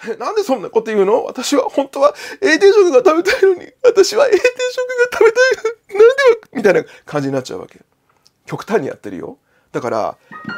なんでそんなこと言うの？私は本当は A 定食が食べたいのに、私は A 定食が食べたいのに、なんでみたいな感じになっちゃうわけ。極端にやってるよ。だから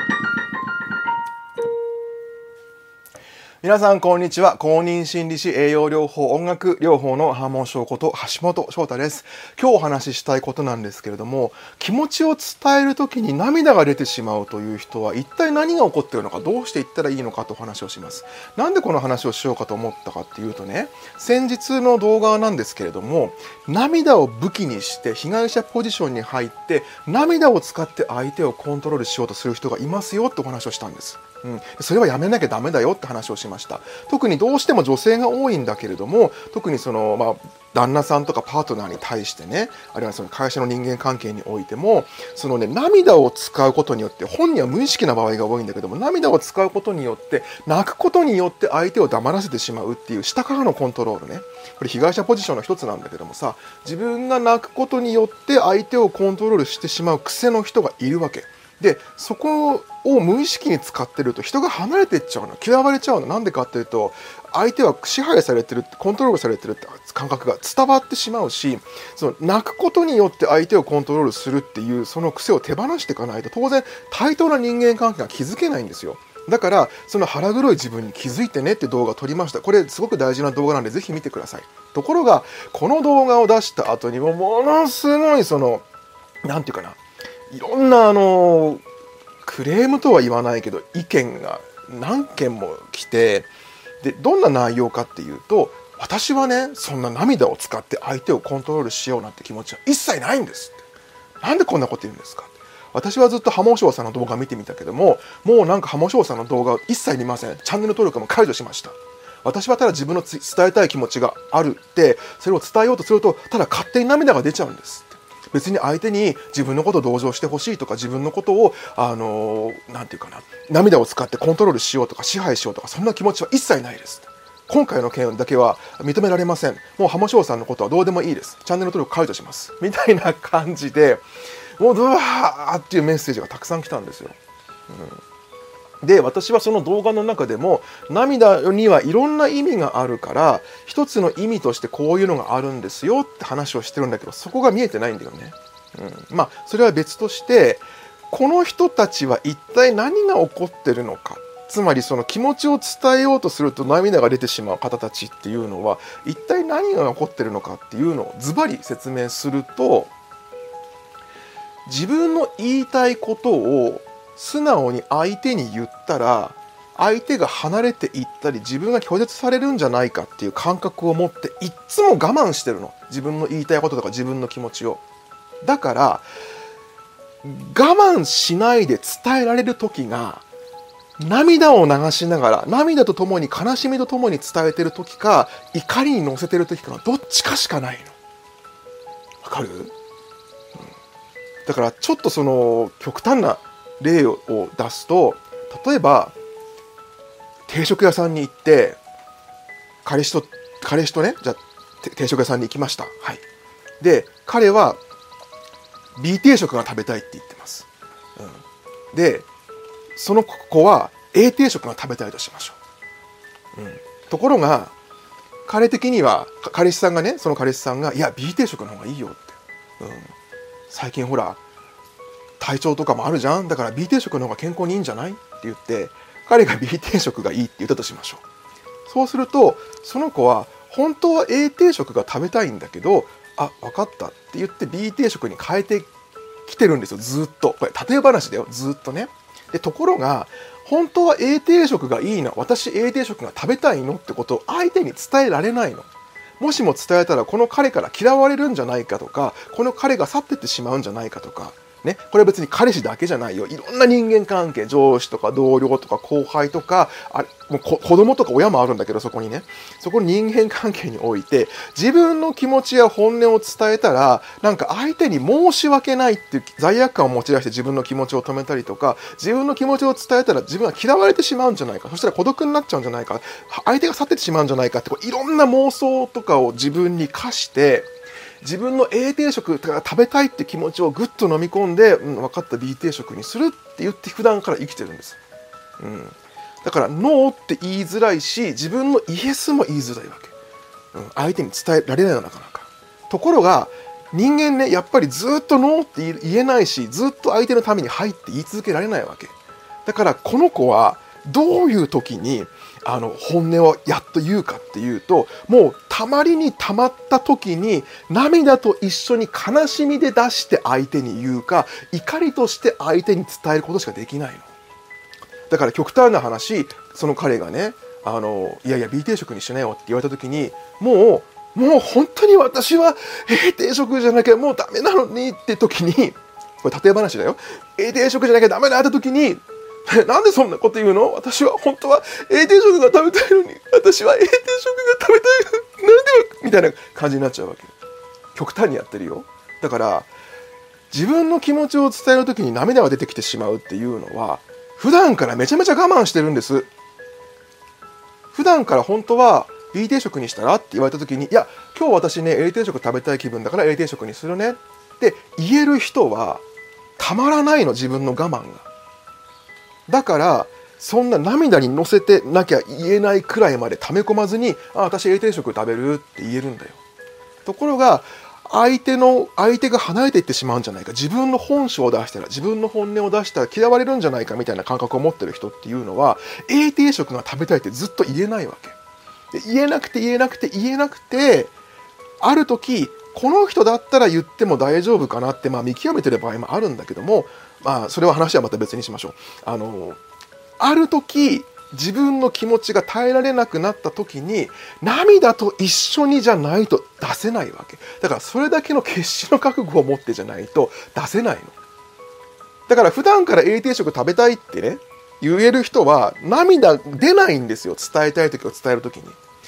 皆さんこんにちは。公認心理師、栄養療法、音楽療法のハーモン翔こと橋本翔太です。今日お話ししたいことなんですけれども、気持ちを伝えるときに涙が出てしまうという人は一体何が起こっているのか、どうしていったらいいのかとお話をします。なんでこの話をしようかと思ったかっていうとね、先日の動画なんですけれども、涙を武器にして被害者ポジションに入って涙を使って相手をコントロールしようとする人がいますよってお話をしたんです。それはやめなきゃダメだよって話をしました。特にどうしても女性が多いんだけれども、特に旦那さんとかパートナーに対してね、あるいはその会社の人間関係においても、涙を使うことによって、本人は無意識な場合が多いんだけども、涙を使うことによって泣くことによって相手を黙らせてしまうっていう下からのコントロールね。これ被害者ポジションの一つなんだけどもさ、自分が泣くことによって相手をコントロールしてしまう癖の人がいるわけで、そこを無意識に使ってると人が離れていっちゃうの、嫌われちゃうの。なんでかっていうと、相手は支配されてる、コントロールされてるって感覚が伝わってしまうし、泣くことによって相手をコントロールするっていうその癖を手放していかないと、当然対等な人間関係が築けないんですよ。だからその腹黒い自分に気づいてねって動画を撮りました。これすごく大事な動画なんでぜひ見てください。ところがこの動画を出した後にもものすごいなんていうかな、いろんなクレームとは言わないけど意見が何件も来て、でどんな内容かっていうと、私はねそんな涙を使って相手をコントロールしようなんて気持ちは一切ないんですって。なんでこんなこと言うんですか。私はずっとハモ翔さんの動画見てみたけども、もうなんかハモ翔さんの動画を一切見ません。チャンネル登録も解除しました。私はただ自分の伝えたい気持ちがあるって、それを伝えようとするとただ勝手に涙が出ちゃうんです。別に相手に自分のことを同情してほしいとか、自分のことをなんていうかな、涙を使ってコントロールしようとか支配しようとか、そんな気持ちは一切ないです。今回の件だけは認められません。もう浜翔さんのことはどうでもいいです。チャンネル登録解除しますみたいな感じで、もうドワーっていうメッセージがたくさん来たんですよ。で、私はその動画の中でも、涙にはいろんな意味があるから、一つの意味としてこういうのがあるんですよって話をしてるんだけど、そこが見えてないんだよね。それは別として、この人たちは一体何が起こってるのか、つまりその気持ちを伝えようとすると涙が出てしまう方たちっていうのは一体何が起こってるのかっていうのをズバリ説明すると、自分の言いたいことを素直に相手に言ったら、相手が離れていったり自分が拒絶されるんじゃないかっていう感覚を持っていっつも我慢してるの。自分の言いたいこととか自分の気持ちを。だから我慢しないで伝えられる時が、涙を流しながら、涙とともに悲しみとともに伝えてる時か、怒りに乗せてる時かのどっちかしかないの。わかる？だからちょっと極端な例を出すと、例えば定食屋さんに行って彼氏とね、じゃあ定食屋さんに行きました。はい。で、彼は B 定食が食べたいって言ってます。で、その子は A 定食が食べたいとしましょう。ところが彼的には、彼氏さんがいや B 定食の方がいいよって。最近ほら体調とかもあるじゃん、だから B 定食の方が健康にいいんじゃないって言って、彼が B 定食がいいって言ったとしましょう。そうするとその子は本当は A 定食が食べたいんだけど、分かったって言って B 定食に変えてきてるんですよ。ずっとこれ例え話だよ、ずっとね。で、ところが本当は A 定食がいいの、私 A 定食が食べたいのってことを相手に伝えられないの。もしも伝えたらこの彼から嫌われるんじゃないかとか、この彼が去ってってしまうんじゃないかとかね、これは別に彼氏だけじゃないよ。いろんな人間関係、上司とか同僚とか後輩とか、もう子供とか親もあるんだけど、そこに人間関係において自分の気持ちや本音を伝えたら、なんか相手に申し訳ないっていう罪悪感を持ち出して自分の気持ちを止めたりとか、自分の気持ちを伝えたら自分は嫌われてしまうんじゃないか、そしたら孤独になっちゃうんじゃないか、相手が去ってってしまうんじゃないかって、いろんな妄想とかを自分に課して、自分の A 定食が食べたいって気持ちをぐっと飲み込んで、分かった B 定食にするって言って普段から生きてるんです。 だからノーって言いづらいし、自分のイエスも言いづらいわけ。相手に伝えられないのなかなか。ところが人間ね、やっぱりずっとノーって言えないし、ずっと相手のためにはいって言い続けられないわけ。だからこの子はどういう時に本音をやっと言うかっていうと、もうたまりにたまった時に涙と一緒に悲しみで出して相手に言うか、怒りとして相手に伝えることしかできないの。だから極端な話、その彼がね、いやいや B 定食にしなよって言われた時に、もう本当に私は A 定食じゃなきゃもうダメなのにって時に、これ例え話だよ、 A 定食じゃなきゃダメだって時に、なんでそんなこと言うの、私は本当は A 定食が食べたいのに、私は A 定食が食べたいのに、なんでみたいな感じになっちゃうわけ。極端にやってるよ。だから自分の気持ちを伝える時に涙が出てきてしまうっていうのは、普段からめちゃめちゃ我慢してるんです。普段から本当は B 定食にしたらって言われた時に、いや今日私ね A 定食食べたい気分だから A 定食にするねって言える人はたまらないの、自分の我慢が。だからそんな涙に乗せてなきゃ言えないくらいまで溜め込まずに、私 A 定食食べるって言えるんだよ。ところが相手が離れていってしまうんじゃないか、自分の本性を出したら、自分の本音を出したら嫌われるんじゃないかみたいな感覚を持ってる人っていうのは A 定食が食べたいってずっと言えないわけで、言えなくてある時この人だったら言っても大丈夫かなって見極めてる場合もあるんだけども、それは話はまた別にしましょう。ある時自分の気持ちが耐えられなくなった時に涙と一緒にじゃないと出せないわけだから、それだけの決死の覚悟を持ってじゃないと出せないの。だから普段から A 定食食べたいってね言える人は涙出ないんですよ。伝えたい時を伝える時に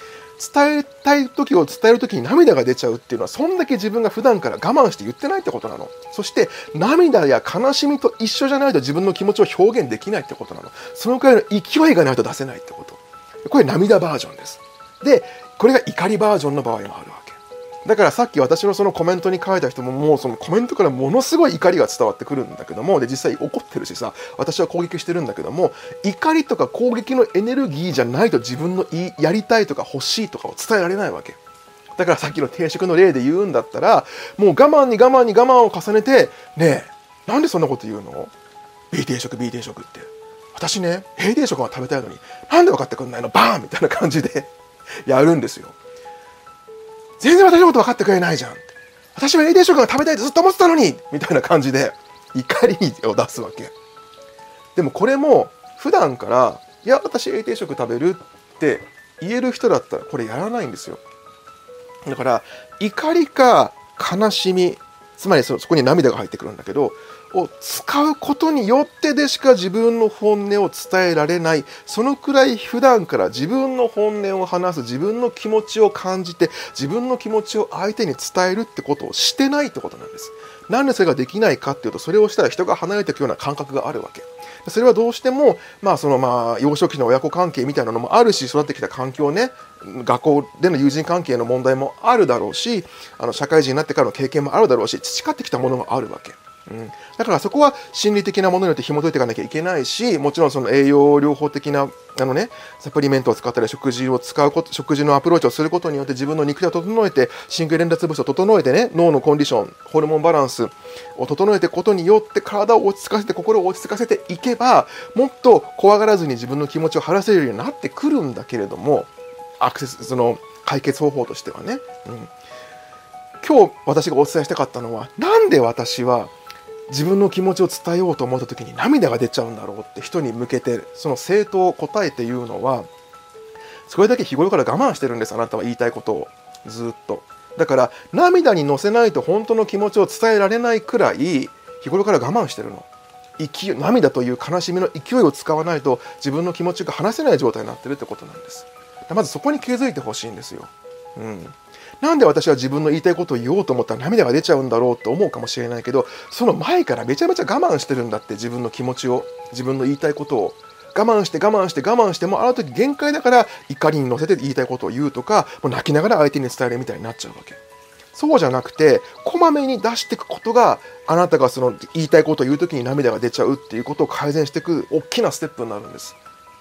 涙が出ちゃうっていうのは、そんだけ自分が普段から我慢して言ってないってことなの。そして涙や悲しみと一緒じゃないと自分の気持ちを表現できないってことなの。そのくらいの勢いがないと出せないってこと。これ涙バージョンです。でこれが怒りバージョンの場合もあるわけだから、さっき私のそのコメントに書いた人も、もうそのコメントからものすごい怒りが伝わってくるんだけども、で実際怒ってるしさ、私は攻撃してるんだけども、怒りとか攻撃のエネルギーじゃないと自分のやりたいとか欲しいとかを伝えられないわけだから、さっきの定食の例で言うんだったら、もう我慢に我慢に我慢を重ねて、ねえなんでそんなこと言うの、 B 定食って私ね A 定食が食べたいのになんで分かってくんないの、バーンみたいな感じでやるんですよ。全然私のこと分かってくれないじゃん、私は A 定食が食べたいってずっと思ってたのにみたいな感じで怒りを出すわけ。でもこれも普段からいや私 A 定食食べるって言える人だったらこれやらないんですよ。だから怒りか悲しみ、つまりそこに涙が入ってくるんだけどを使うことによってでしか自分の本音を伝えられない。そのくらい普段から自分の本音を話す、自分の気持ちを感じて自分の気持ちを相手に伝えるってことをしてないってことなんです。なんでそれができないかっていうと、それをしたら人が離れていくような感覚があるわけ。それはどうしても幼少期の親子関係みたいなのもあるし、育ってきた環境ね、学校での友人関係の問題もあるだろうし、社会人になってからの経験もあるだろうし、培ってきたものがあるわけ。だからそこは心理的なものによって紐解いていかなきゃいけないし、もちろんその栄養療法的なサプリメントを使ったり食事のアプローチをすることによって自分の肉体を整えて、神経伝達物質を整えてね、脳のコンディション、ホルモンバランスを整えていくことによって体を落ち着かせて、心を落ち着かせていけば、もっと怖がらずに自分の気持ちを晴らせるようになってくるんだけれども、その解決方法としてはね、今日私がお伝えしたかったのは、なんで私は自分の気持ちを伝えようと思った時に涙が出ちゃうんだろうって人に向けて、その正当答えっていうのは、それだけ日頃から我慢してるんです。あなたは言いたいことをずっと。だから涙に乗せないと本当の気持ちを伝えられないくらい日頃から我慢してるの。涙という悲しみの勢いを使わないと自分の気持ちが話せない状態になってるってことなんです。まずそこに気づいてほしいんですよ。なんで私は自分の言いたいことを言おうと思ったら涙が出ちゃうんだろうって思うかもしれないけど、その前からめちゃめちゃ我慢してるんだって。自分の気持ちを、自分の言いたいことを我慢しても、あの時限界だから怒りに乗せて言いたいことを言うとか、もう泣きながら相手に伝えるみたいになっちゃうわけ。そうじゃなくて、こまめに出していくことが、あなたがその言いたいことを言う時に涙が出ちゃうっていうことを改善していく大きなステップになるんです。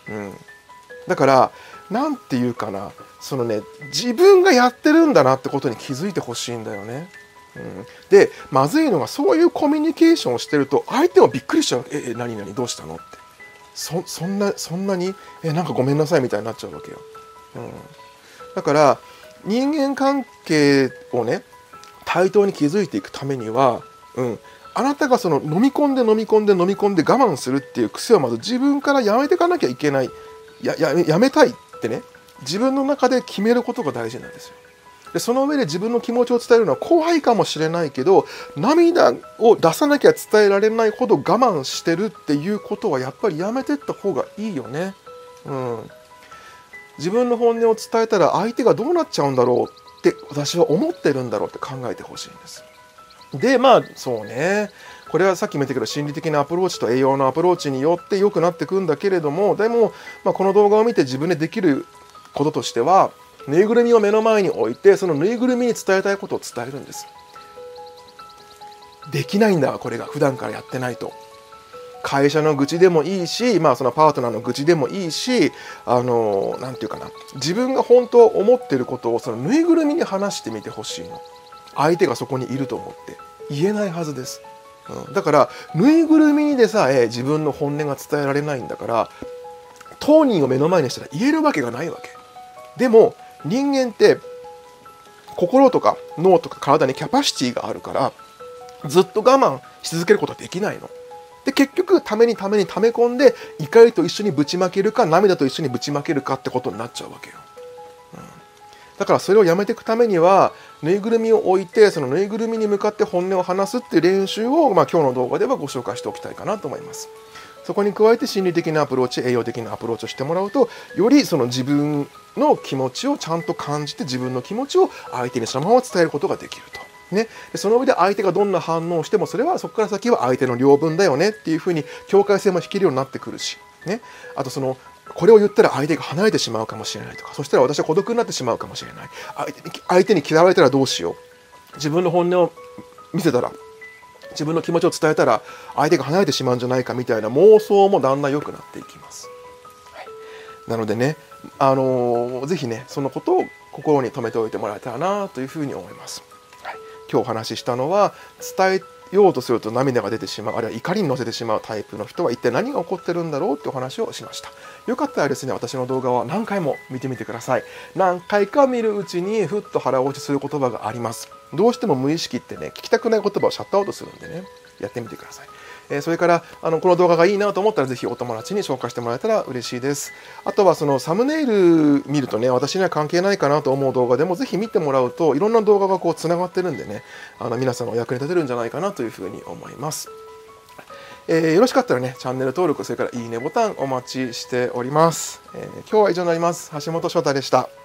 だからなんていうかな、そのね、自分がやってるんだなってことに気づいてほしいんだよね。でまずいのが、そういうコミュニケーションをしてると相手もびっくりしちゃう。何々どうしたのって、そんなになんかごめんなさいみたいになっちゃうわけよ。だから人間関係をね、対等に築いていくためには、あなたがその飲み込んで我慢するっていう癖をまず自分からやめていかなきゃいけない。やめたいってね、自分の中で決めることが大事なんですよ。でその上で自分の気持ちを伝えるのは怖いかもしれないけど、涙を出さなきゃ伝えられないほど我慢してるっていうことはやっぱりやめてった方がいいよね。自分の本音を伝えたら相手がどうなっちゃうんだろうって私は思ってるんだろうって考えてほしいんです。でそうね、これはさっきも言ったけど心理的なアプローチと栄養のアプローチによって良くなってくんだけれども、でも、この動画を見て自分でできることとしては、ぬいぐるみを目の前に置いて、そのぬいぐるみに伝えたいことを伝えるんです。できないんだ、これが普段からやってないと。会社の愚痴でもいいし、そのパートナーの愚痴でもいいし、なんていうかな、自分が本当思ってることをそのぬいぐるみに話してみてほしいの。相手がそこにいると思って言えないはずです。だからぬいぐるみにでさえ自分の本音が伝えられないんだから、当人を目の前にしたら言えるわけがないわけ。でも人間って心とか脳とか体にキャパシティがあるから、ずっと我慢し続けることはできないの。で結局ために溜め込んで、怒りと一緒にぶちまけるか涙と一緒にぶちまけるかってことになっちゃうわけよ。だからそれをやめていくためには、ぬいぐるみを置いてそのぬいぐるみに向かって本音を話すっていう練習を、今日の動画ではご紹介しておきたいかなと思います。そこに加えて心理的なアプローチ、栄養的なアプローチをしてもらうと、よりその自分の気持ちをちゃんと感じて、自分の気持ちを相手にそのまま伝えることができると。でその上で相手がどんな反応をしても、それはそこから先は相手の領分だよねっていうふうに境界線も引けるようになってくるし、あとこれを言ったら相手が離れてしまうかもしれないとか、そしたら私は孤独になってしまうかもしれない、相手に嫌われたらどうしよう、自分の本音を見せたら、自分の気持ちを伝えたら相手が離れてしまうんじゃないかみたいな妄想もだんだん良くなっていきます。なのでね、ぜひね、そのことを心に留めておいてもらえたらなというふうに思います。今日お話ししたのは、伝えようとすると涙が出てしまう、あるいは怒りに乗せてしまうタイプの人は一体何が起こってるんだろうってお話をしました。よかったらですね、私の動画は何回も見てみてください。何回か見るうちにふっと腹落ちする言葉があります。どうしても無意識ってね、聞きたくない言葉をシャットアウトするんでね、やってみてください。それからこの動画がいいなと思ったら、ぜひお友達に紹介してもらえたら嬉しいです。あとはそのサムネイル見るとね、私には関係ないかなと思う動画でもぜひ見てもらうと、いろんな動画がこうつながってるんでね、皆さんのお役に立てるんじゃないかなというふうに思います。よろしかったらね、チャンネル登録、それからいいねボタンお待ちしております。今日は以上になります。橋本翔太でした。